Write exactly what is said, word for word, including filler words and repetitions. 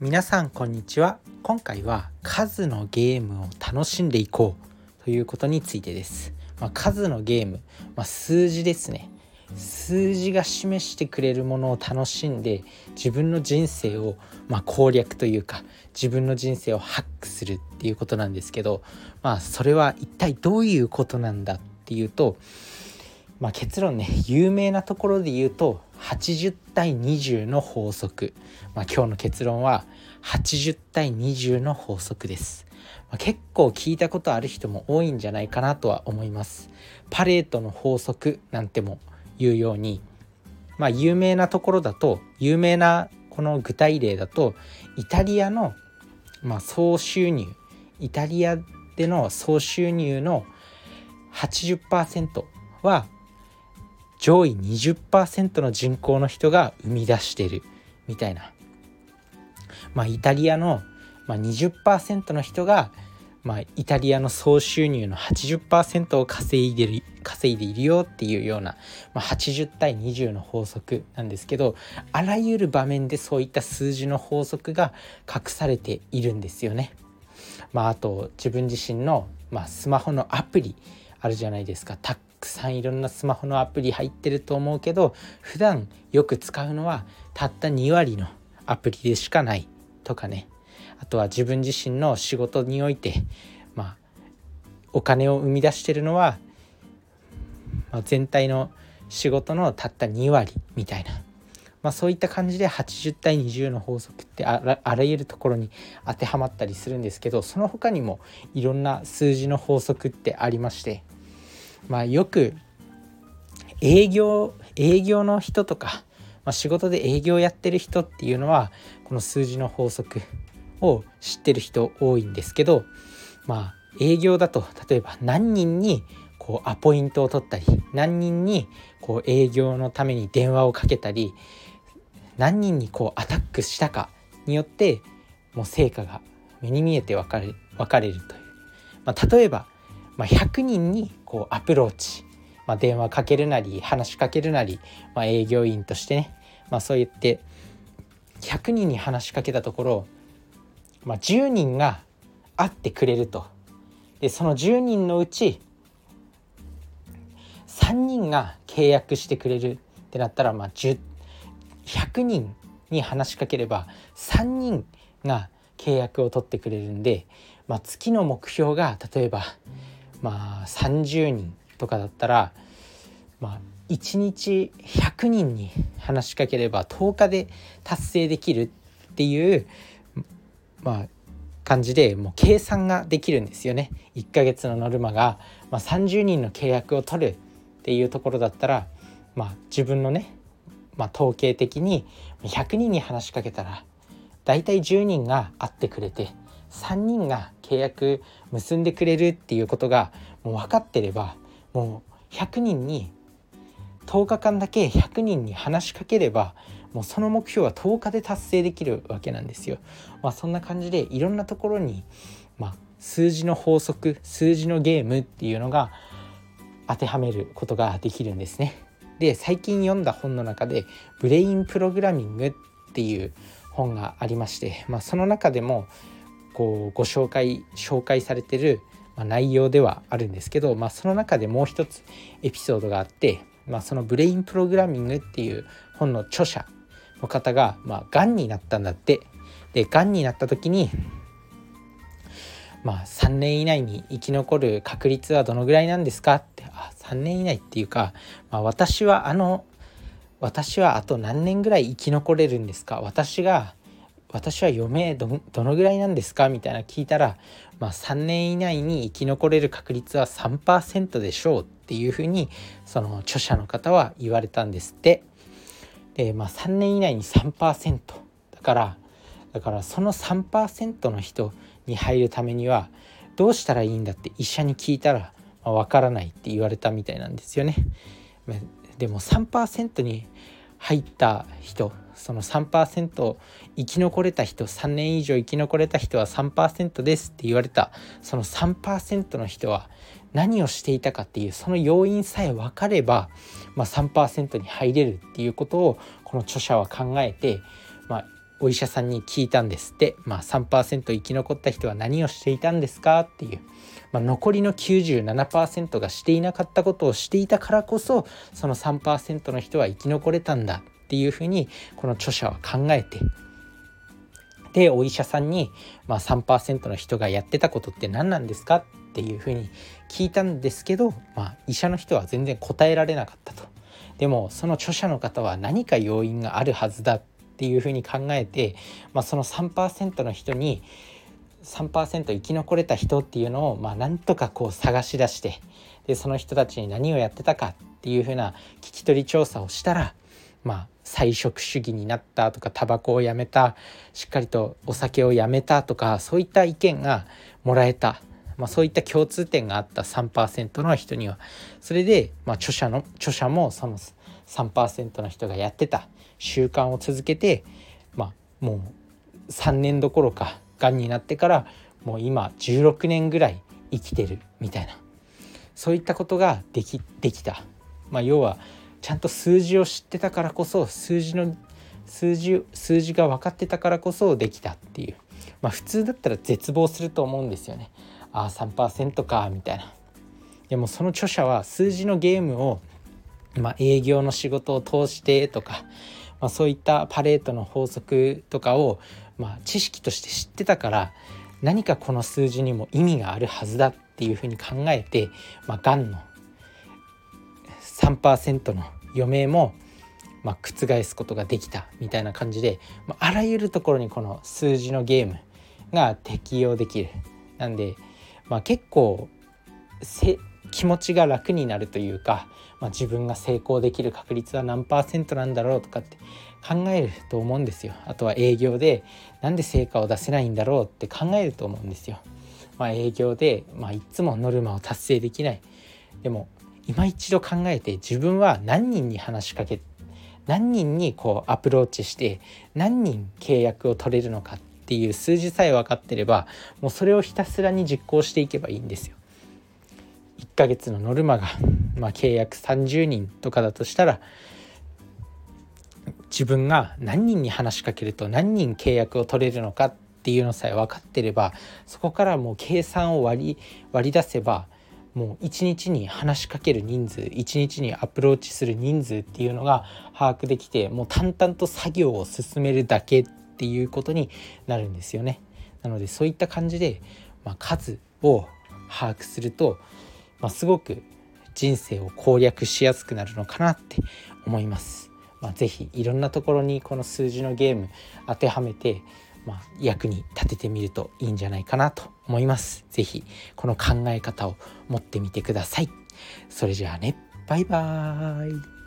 皆さんこんにちは。今回は数のゲームを楽しんでいこうということについてです。まあ、数のゲーム、まあ、数字ですね。数字が示してくれるものを楽しんで自分の人生を、まあ、攻略というか自分の人生をハックするっていうことなんですけど、まあそれは一体どういうことなんだっていうと、まあ、結論ね、有名なところで言うとはちじゅう対にじゅうの法則、まあ、今日の結論ははちじゅう対にじゅうの法則です。まあ、結構聞いたことある人も多いんじゃないかなとは思います。パレートの法則なんても言うように、まあ、有名なところだと有名なこの具体例だとイタリアの、まあ、総収入イタリアでの総収入の はちじゅっパーセント は上位 にじゅっパーセント の人口の人が生み出しているみたいな、まあ、イタリアの、まあ、にじゅっパーセント の人が、まあ、イタリアの総収入の はちじゅっパーセント を稼いでる、稼いでいるよっていうような、まあ、はちじゅう対にじゅうの法則なんですけど、あらゆる場面でそういった数字の法則が隠されているんですよね。まあ、あと自分自身の、まあ、スマホのアプリあるじゃないですか。たくさんいろんなスマホのアプリ入ってると思うけど、普段よく使うのはたったに割のアプリでしかないとかね。あとは自分自身の仕事において、まあ、お金を生み出してるのは、まあ、全体の仕事のたったに割みたいな、まあ、そういった感じではちじゅう対にじゅうの法則ってあら、あらゆるところに当てはまったりするんですけど、その他にもいろんな数字の法則ってありまして、まあ、よく営業営業の人とか、まあ、仕事で営業やってる人っていうのはこの数字の法則を知ってる人多いんですけど、まあ営業だと例えば何人にこうアポイントを取ったり、何人にこう営業のために電話をかけたり、何人にこうアタックしたかによってもう成果が目に見えて分かれ、分かれるという、まあ、例えば、まあ、ひゃくにんにこうアプローチ、まあ、電話かけるなり話しかけるなり、まあ、営業員としてね、まあ、そう言ってひゃくにんに話しかけたところ、まあ、じゅうにんが会ってくれると。でそのじゅうにんのうちさんにんが契約してくれるってなったら、まあ、ひゃくにんに話しかければさんにんが契約を取ってくれるんで、まあ、月の目標が例えば、まあ、さんじゅうにんとかだったら、まあ、いちにちひゃくにんに話しかければとおかで達成できるっていう、まあ、感じでもう計算ができるんですよね。いっかげつのノルマが、まあ、さんじゅうにんの契約を取るっていうところだったら、まあ、自分のね、まあ、統計的にひゃくにんに話しかけたらだいたいじゅうにんが会ってくれてさんにんが契約結んでくれるっていうことがもう分かってれば、もうひゃくにんにとおかかんだけひゃくにんに話しかければもうその目標はとおかで達成できるわけなんですよ。まあ、そんな感じでいろんなところに、まあ、数字の法則、数字のゲームっていうのが当てはめることができるんですね。で最近読んだ本の中でブレインプログラミングっていう本がありまして、まあ、その中でもこうご紹介紹介されてる内容ではあるんですけど、まあ、その中でもう一つエピソードがあって、まあ、そのブレインプログラミングっていう本の著者の方が、まあ、がんになったんだって。でがんになった時に、まあ、さんねん以内に生き残る確率はどのぐらいなんですかって、あさんねん以内っていうか、まあ、私はあの私はあと何年ぐらい生き残れるんですか、私が私は余命 ど, どのぐらいなんですかみたいな聞いたら、まあ、さんねん以内に生き残れる確率は さんパーセント でしょうっていうふうにその著者の方は言われたんですって。で、まあ、さんねん以内に さんパーセント だからだからその さんパーセント の人に入るためにはどうしたらいいんだって医者に聞いたら、まあ、分からないって言われたみたいなんですよね。でも さんパーセント に入った人、その さんパーセント 生き残れた人、さんねん以上生き残れた人は さんパーセント ですって言われたその さんパーセント の人は何をしていたかっていうその要因さえ分かれば、まあ、さんパーセント に入れるっていうことをこの著者は考えて、まあ、 お医者さんに聞いたんですって。まあ、さんパーセント生き残った人は何をしていたんですかっていう、まあ、残りの きゅうじゅうななパーセント がしていなかったことをしていたからこそ、その さんパーセント の人は生き残れたんだっていうふうにこの著者は考えて、でお医者さんに、まあ、さんパーセント の人がやってたことって何なんですかっていうふうに聞いたんですけど、まあ、医者の人は全然答えられなかったと。でもその著者の方は何か要因があるはずだっていうふうに考えて、まあ、その さんパーセント の人に さんパーセント 生き残れた人っていうのを、まあ、なんとかこう探し出して、でその人たちに何をやってたかっていうふうな聞き取り調査をしたら、まあ菜食主義になったとか、タバコをやめた、しっかりとお酒をやめたとか、そういった意見がもらえた、まあ、そういった共通点があった さんパーセント の人には、それで、まあ、著者の著者もその さんパーセント の人がやってた習慣を続けて、まあ、もうさんねんどころかがんになってからもう今じゅうろくねんぐらい生きてるみたいな、そういったことができ、できた。まあ、要はちゃんと数字を知ってたからこそ、数字の数字数字が分かってたからこそできたっていう、まあ、普通だったら絶望すると思うんですよね。ああ さんパーセント かみたいな。でもその著者は数字のゲームを、まあ、営業の仕事を通してとか、まあ、そういったパレートの法則とかを、まあ、知識として知ってたから、何かこの数字にも意味があるはずだっていうふうに考えて、まあ、がんの さんパーセント の余命も、まあ、覆すことができたみたいな感じで、まあ、あらゆるところにこの数字のゲームが適用できる。なんで、まあ、結構せ気持ちが楽になるというか、まあ、自分が成功できる確率は何パーセントなんだろうとかって考えると思うんですよ。あとは営業でなんで成果を出せないんだろうって考えると思うんですよ。まあ、営業で、まあ、いつもノルマを達成できない。でも今一度考えて、自分は何人に話しかけ、何人にこうアプローチして何人契約を取れるのかっていう数字さえ分かってれば、もうそれをひたすらに実行していけばいいんですよ。いっかげつのノルマが、まあ、契約さんじゅうにんとかだとしたら、自分が何人に話しかけると何人契約を取れるのかっていうのさえ分かってれば、そこからもう計算を割り割り出せば、もういちにちに話しかける人数、いちにちにアプローチする人数っていうのが把握できて、もう淡々と作業を進めるだけっていうことになるんですよね。なのでそういった感じで、まあ、数を把握すると、まあ、すごく人生を攻略しやすくなるのかなって思います。まあ、ぜひいろんなところにこの数字のゲーム当てはめて、まあ、役に立ててみるといいんじゃないかなと思います。ぜひこの考え方を持ってみてください。それじゃあね、バイバーイ。